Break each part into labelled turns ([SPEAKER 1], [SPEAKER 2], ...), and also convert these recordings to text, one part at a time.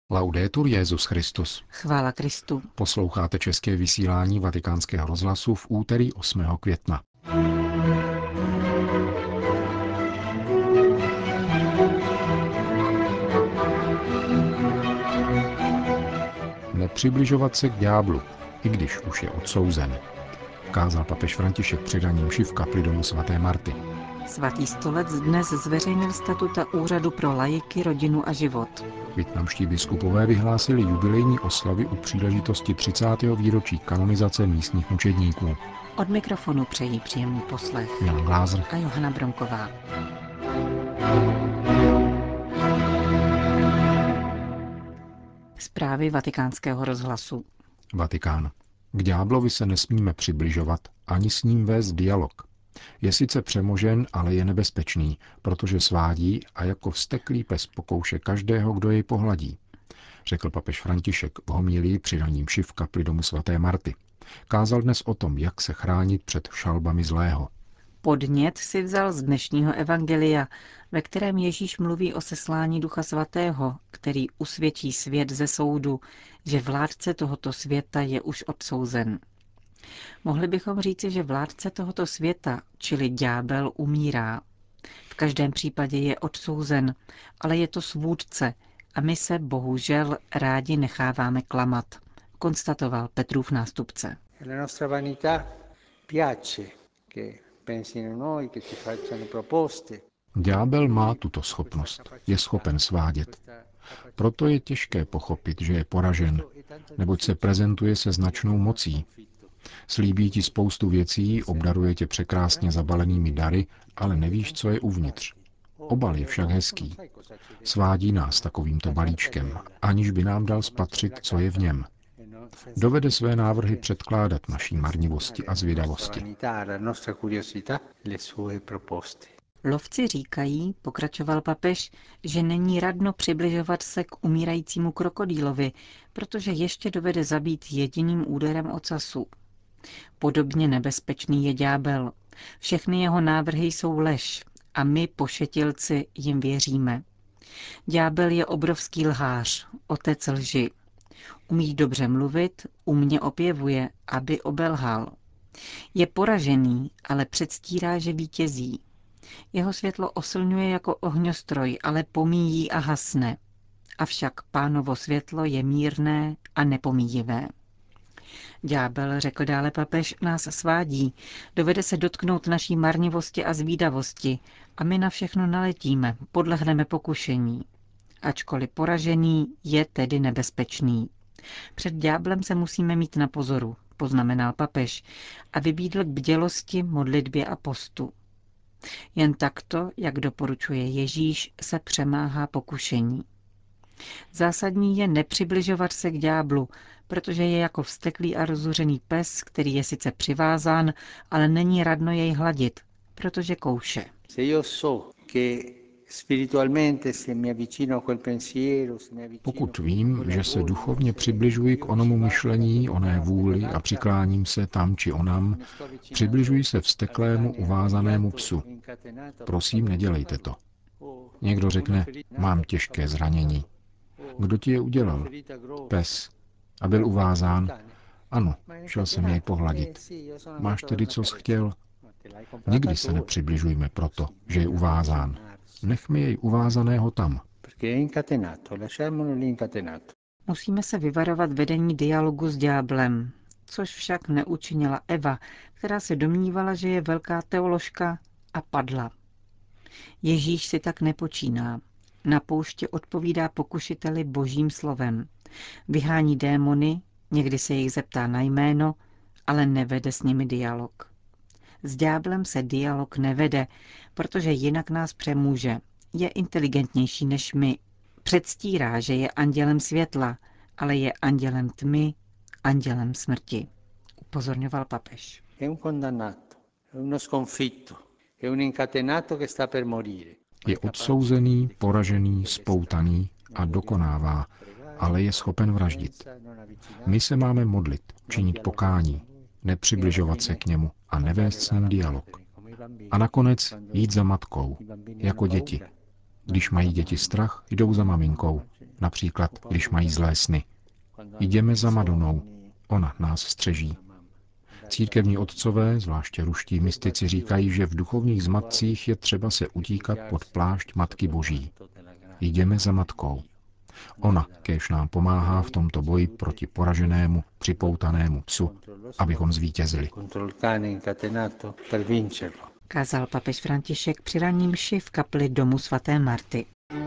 [SPEAKER 1] Laudetur Jesus Christus.
[SPEAKER 2] Chvála Kristu.
[SPEAKER 1] Posloucháte české vysílání Vatikánského rozhlasu v úterý 8. května. Nepřibližovat se k ďáblu, i když už je odsouzen, kázal papež František při raní mši v kapli domu svaté Marty.
[SPEAKER 2] Svatý stolec dnes zveřejnil statuta Úřadu pro laiky, rodinu a život.
[SPEAKER 1] Vietnamští biskupové vyhlásili jubilejní oslavy u příležitosti 30. výročí kanonizace místních mučedníků.
[SPEAKER 2] Od mikrofonu přejí příjemný poslech
[SPEAKER 1] Jan Glázer
[SPEAKER 2] a Johana Bronková. Zprávy Vatikánského rozhlasu.
[SPEAKER 1] Vatikán. K ďáblovi se nesmíme přibližovat, ani s ním vést dialog. Je sice přemožen, ale je nebezpečný, protože svádí a jako vzteklý pes pokouše každého, kdo jej pohladí, řekl papež František v homílii při raní mši v kapli domu svaté Marty. Kázal dnes o tom, jak se chránit před šalbami zlého.
[SPEAKER 2] Podnět si vzal z dnešního evangelia, ve kterém Ježíš mluví o seslání Ducha Svatého, který usvědčí svět ze soudu, že vládce tohoto světa je už odsouzen. Mohli bychom říci, že vládce tohoto světa, čili ďábel, umírá. V každém případě je odsouzen, ale je to svůdce a my se bohužel rádi necháváme klamat, konstatoval Petrův nástupce.
[SPEAKER 1] Ďábel má tuto schopnost, je schopen svádět. Proto je těžké pochopit, že je poražen, neboť se prezentuje se značnou mocí. Slíbí ti spoustu věcí, obdaruje tě překrásně zabalenými dary, ale nevíš, co je uvnitř. Obal je však hezký. Svádí nás takovýmto balíčkem, aniž by nám dal spatřit, co je v něm. Dovede své návrhy předkládat naší marnivosti a zvědavosti.
[SPEAKER 2] Lovci říkají, pokračoval papež, že není radno přibližovat se k umírajícímu krokodýlovi, protože ještě dovede zabít jediným úderem ocasu. Podobně nebezpečný je ďábel. Všechny jeho návrhy jsou lež a my, pošetilci, jim věříme. Ďábel je obrovský lhář, otec lži. Umí dobře mluvit, umně opěvuje, aby obelhal. Je poražený, ale předstírá, že vítězí. Jeho světlo oslňuje jako ohňostroj, ale pomíjí a hasne. Avšak Pánovo světlo je mírné a nepomíjivé. Ďábel, řekl dále papež, nás svádí, dovede se dotknout naší marnivosti a zvídavosti a my na všechno naletíme, podlehneme pokušení. Ačkoliv poražený, je tedy nebezpečný. Před ďáblem se musíme mít na pozoru, poznamenal papež a vybídl k bdělosti, modlitbě a postu. Jen takto, jak doporučuje Ježíš, se přemáhá pokušení. Zásadní je nepřibližovat se k ďáblu, protože je jako vzteklý a rozuřený pes, který je sice přivázán, ale není radno jej hladit, protože kouše.
[SPEAKER 1] Pokud vím, že se duchovně přibližuji k onomu myšlení, oné vůli a přikláním se tam či onam, přibližuji se vzteklému uvázanému psu. Prosím, nedělejte to. Někdo řekne, mám těžké zranění. Kdo ti je udělal? Pes. A byl uvázán? Ano, šel jsem jej pohladit. Máš tedy, co jsi chtěl? Nikdy se nepřibližujme proto, že je uvázán. Nechme jej uvázaného tam.
[SPEAKER 2] Musíme se vyvarovat vedení dialogu s ďáblem, což však neučinila Eva, která se domnívala, že je velká teoložka a padla. Ježíš si tak nepočíná. Na poušti odpovídá pokušiteli božím slovem. Vyhání démony, někdy se jich zeptá na jméno, ale nevede s nimi dialog. S ďáblem se dialog nevede, protože jinak nás přemůže. Je inteligentnější než my. Předstírá, že je andělem světla, ale je andělem tmy, andělem smrti. Upozorňoval papež.
[SPEAKER 1] Je odsouzený, poražený, spoutaný a dokonává, ale je schopen vraždit. My se máme modlit, činit pokání, nepřibližovat se k němu a nevést s ním dialog. A nakonec jít za matkou, jako děti. Když mají děti strach, jdou za maminkou. například když mají zlé sny. Jdeme za Madonou, ona nás střeží. Církevní otcové, zvláště ruští mystici, říkají, že v duchovních zmatcích je třeba se utíkat pod plášť Matky Boží. Jdeme za Matkou. Ona kéž nám pomáhá v tomto boji proti poraženému, připoutanému psu, abychom zvítězili.
[SPEAKER 2] Kázal papež František při ranní mši v kapli domu svaté Marty.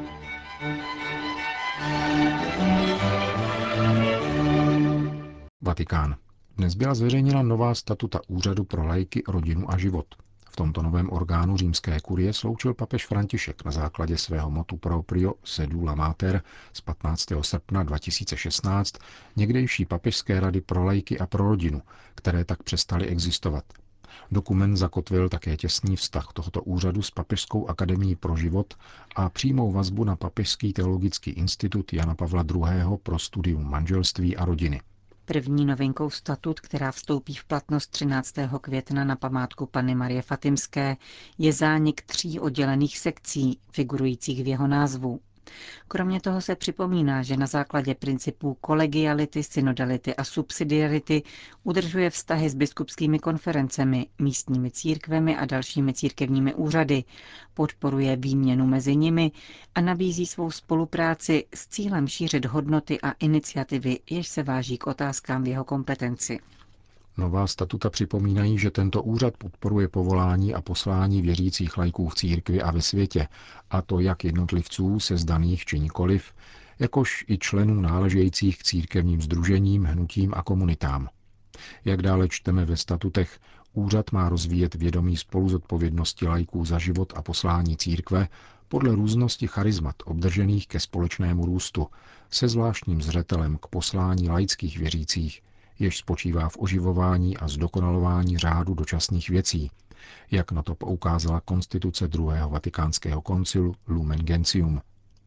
[SPEAKER 1] Vatikán. Dnes byla zveřejněna nová statuta Úřadu pro laiky, rodinu a život. V tomto novém orgánu římské kurie sloučil papež František na základě svého motu proprio Sedula Mater z 15. srpna 2016 někdejší papežské rady pro laiky a pro rodinu, které tak přestaly existovat. Dokument zakotvil také těsný vztah tohoto úřadu s Papežskou akademií pro život a přímou vazbu na Papežský teologický institut Jana Pavla II. Pro studium manželství a rodiny.
[SPEAKER 2] První novinkou statut, která vstoupí v platnost 13. května na památku Panny Marie Fatimské, je zánik 3 oddělených sekcí, figurujících v jeho názvu. Kromě toho se připomíná, že na základě principů kolegiality, synodality a subsidiarity udržuje vztahy s biskupskými konferencemi, místními církvemi a dalšími církevními úřady, podporuje výměnu mezi nimi a nabízí svou spolupráci s cílem šířit hodnoty a iniciativy, jež se váží k otázkám v jeho kompetenci.
[SPEAKER 1] Nová statuta připomínají, že tento úřad podporuje povolání a poslání věřících laiků v církvi a ve světě, a to jak jednotlivců sezdaných či nikoliv, jakož i členů náležejících k církevním sdružením, hnutím a komunitám. Jak dále čteme ve statutech, úřad má rozvíjet vědomí spoluzodpovědnosti laiků za život a poslání církve podle různosti charizmat obdržených ke společnému růstu, se zvláštním zřetelem k poslání laických věřících, jež spočívá v oživování a zdokonalování řádu dočasných věcí, jak na to poukázala konstituce druhého vatikánského koncilu Lumen Gentium.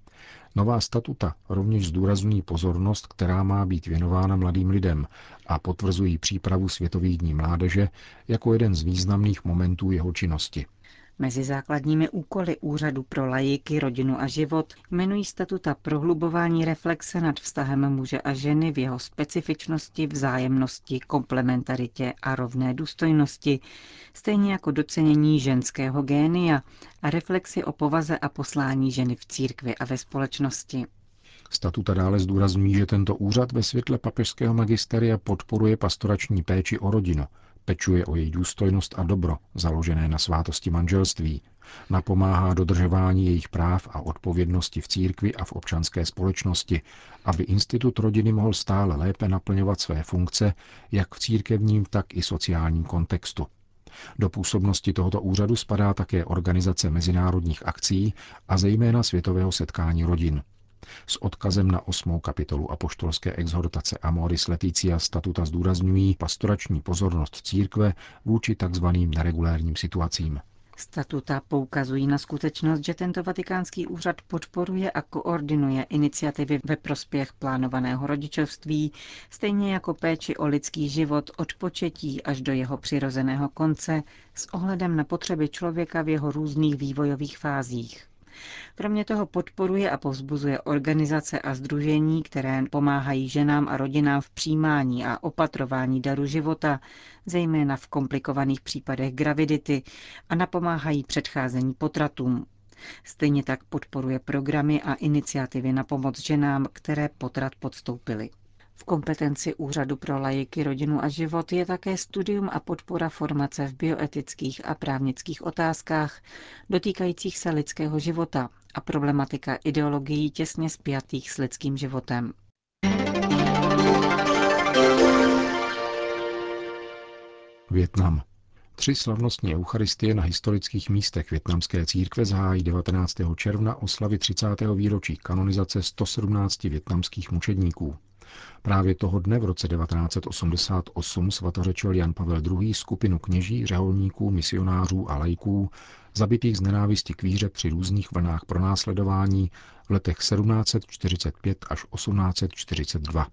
[SPEAKER 1] Nová statuta rovněž zdůrazňují pozornost, která má být věnována mladým lidem a potvrzují přípravu Světových dní mládeže jako jeden z významných momentů jeho činnosti.
[SPEAKER 2] Mezi základními úkoly Úřadu pro laiky, rodinu a život jmenují statuta prohlubování reflexe nad vztahem muže a ženy v jeho specifičnosti, vzájemnosti, komplementaritě a rovné důstojnosti, stejně jako docenění ženského génia a reflexi o povaze a poslání ženy v církvi a ve společnosti.
[SPEAKER 1] Statuta dále zdůrazňují, že tento úřad ve světle papežského magisteria podporuje pastorační péči o rodinu, pečuje o její důstojnost a dobro, založené na svátosti manželství, napomáhá dodržování jejich práv a odpovědnosti v církvi a v občanské společnosti, aby institut rodiny mohl stále lépe naplňovat své funkce jak v církevním, tak i sociálním kontextu. Do působnosti tohoto úřadu spadá také organizace mezinárodních akcí a zejména světového setkání rodin. S odkazem na 8. kapitolu apoštolské exhortace Amoris Laetitia statuta zdůrazňují pastorační pozornost církve vůči tzv. Neregulérním situacím.
[SPEAKER 2] Statuta poukazují na skutečnost, že tento vatikánský úřad podporuje a koordinuje iniciativy ve prospěch plánovaného rodičovství, stejně jako péči o lidský život od početí až do jeho přirozeného konce s ohledem na potřeby člověka v jeho různých vývojových fázích. Kromě toho podporuje a povzbuzuje organizace a sdružení, které pomáhají ženám a rodinám v přijímání a opatrování daru života, zejména v komplikovaných případech gravidity, a napomáhají předcházení potratům. Stejně tak podporuje programy a iniciativy na pomoc ženám, které potrat podstoupily. V kompetenci Úřadu pro laiky, rodinu a život je také studium a podpora formace v bioetických a právnických otázkách dotýkajících se lidského života a problematika ideologií těsně spjatých s lidským životem.
[SPEAKER 1] Vietnam. 3 slavnostní eucharistie na historických místech vietnamské církve zahájí 19. června oslavy 30. výročí kanonizace 117 vietnamských mučedníků. Právě toho dne v roce 1988 svatořečil Jan Pavel II. Skupinu kněží, řeholníků, misionářů a laiků, zabitých z nenávisti k víře při různých vlnách pronásledování v letech 1745 až 1842.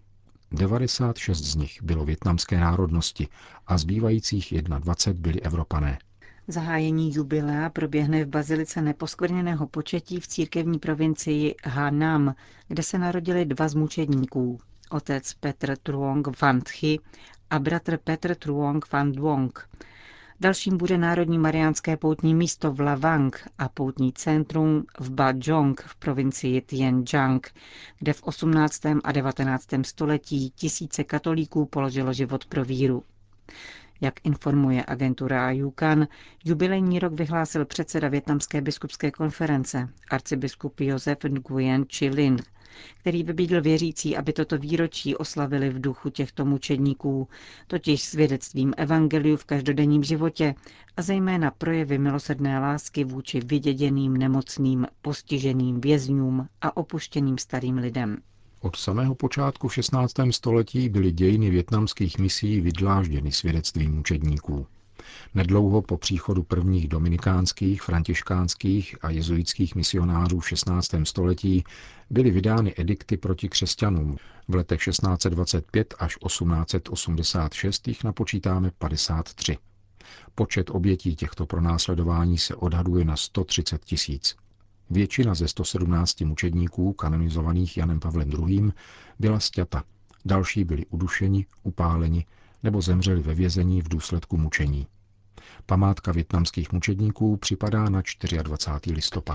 [SPEAKER 1] 96 z nich bylo vietnamské národnosti a zbývajících 21 byli Evropané.
[SPEAKER 2] Zahájení jubilea proběhne v bazilice Neposkvrněného početí v církevní provincii Hanam, kde se narodili dva z mučedníků, otec Petr Truong Van Thi a bratr Petr Truong Van Duong. Dalším bude Národní mariánské poutní místo v Lavang a poutní centrum v Ba Jong v provincii Tianjang, kde v 18. a 19. století tisíce katolíků položilo život pro víru. Jak informuje agentura Yukan, jubilejní rok vyhlásil předseda Vietnamské biskupské konference, arcibiskup Josef Nguyen Chi Linh, který vybídl věřící, aby toto výročí oslavili v duchu těchto mučedníků, totiž svědectvím evangeliu v každodenním životě a zejména projevy milosrdné lásky vůči vyděděným, nemocným, postiženým vězňům a opuštěným starým lidem.
[SPEAKER 1] Od samého počátku v 16. století byly dějiny vietnamských misí vydlážděny svědectvím mučedníků. Nedlouho po příchodu prvních dominikánských, františkánských a jezuitských misionářů v 16. století byly vydány edikty proti křesťanům. V letech 1625 až 1886 jich napočítáme 53. Počet obětí těchto pronásledování se odhaduje na 130 000. Většina ze 117 mučedníků, kanonizovaných Janem Pavlem II., byla sťata. Další byli udušeni, upáleni nebo zemřeli ve vězení v důsledku mučení. Památka vietnamských mučedníků připadá na 24. listopad.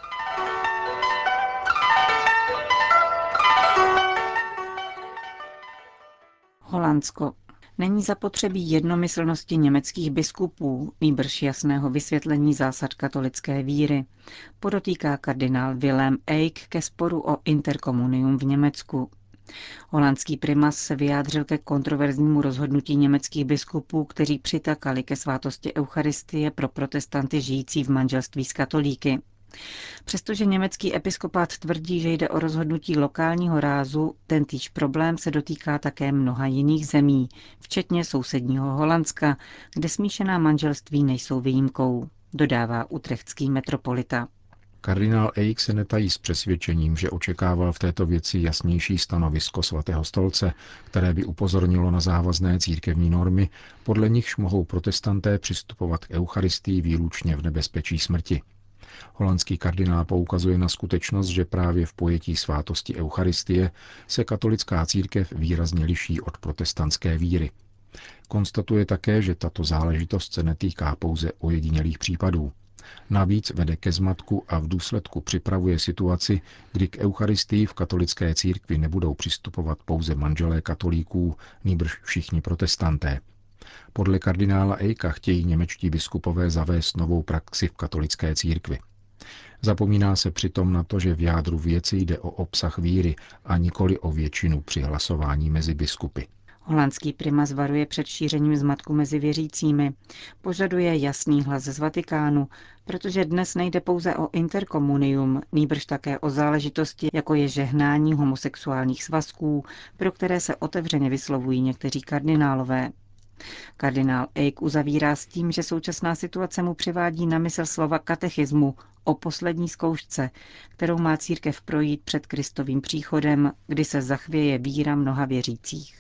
[SPEAKER 2] Holandsko. Není zapotřebí jednomyslnosti německých biskupů, nýbrž jasného vysvětlení zásad katolické víry, podotýká kardinál Wilhelm Eyck ke sporu o interkomunium v Německu. Holandský primas se vyjádřil ke kontroverznímu rozhodnutí německých biskupů, kteří přitakali ke svátosti Eucharistie pro protestanty žijící v manželství s katolíky. Přestože německý episkopát tvrdí, že jde o rozhodnutí lokálního rázu, tentýž problém se dotýká také mnoha jiných zemí, včetně sousedního Holandska, kde smíšená manželství nejsou výjimkou, dodává utrechtský metropolita.
[SPEAKER 1] Kardinál Eyck se netají s přesvědčením, že očekával v této věci jasnější stanovisko Svatého stolce, které by upozornilo na závazné církevní normy, podle nichž mohou protestanté přistupovat k Eucharistii výlučně v nebezpečí smrti. Holandský kardinál poukazuje na skutečnost, že právě v pojetí svátosti Eucharistie se katolická církev výrazně liší od protestantské víry. Konstatuje také, že tato záležitost se netýká pouze ojedinělých případů. Navíc vede ke zmatku a v důsledku připravuje situaci, kdy k Eucharistii v katolické církvi nebudou přistupovat pouze manželé katolíků, nýbrž všichni protestanté. Podle kardinála Eycka chtějí němečtí biskupové zavést novou praxi v katolické církvi. Zapomíná se přitom na to, že v jádru věci jde o obsah víry a nikoli o většinu při hlasování mezi biskupy.
[SPEAKER 2] Holandský primas varuje před šířením zmatku mezi věřícími. Požaduje jasný hlas z Vatikánu, protože dnes nejde pouze o interkomunium, nýbrž také o záležitosti, jako je žehnání homosexuálních svazků, pro které se otevřeně vyslovují někteří kardinálové. Kardinál Eyck uzavírá s tím, že současná situace mu přivádí na mysl slova katechismu o poslední zkoušce, kterou má církev projít před Kristovým příchodem, kdy se zachvěje víra mnoha věřících.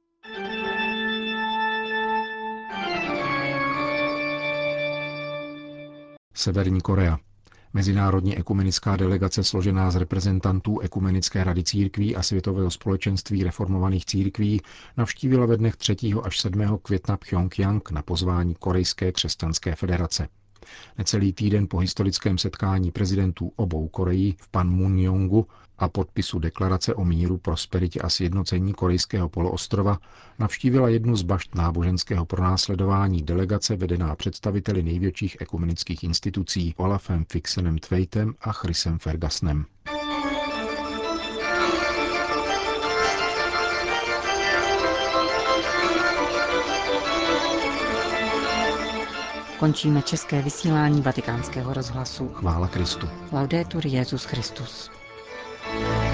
[SPEAKER 1] Severní Korea. Mezinárodní ekumenická delegace složená z reprezentantů Ekumenické rady církví a Světového společenství reformovaných církví navštívila ve dnech 3. až 7. května Pchjongjang na pozvání Korejské křesťanské federace. Necelý týden po historickém setkání prezidentů obou Koreí v Panmunjongu a podpisu deklarace o míru, prosperitě a sjednocení korejského poloostrova navštívila jednu z bašt náboženského pronásledování delegace vedená představiteli největších ekumenických institucí Olafem Fixenem Tveitem a Chrisem Fergusnem.
[SPEAKER 2] Končíme české vysílání Vatikánského rozhlasu.
[SPEAKER 1] Chvála Kristu.
[SPEAKER 2] Laudetur Jesus Christus.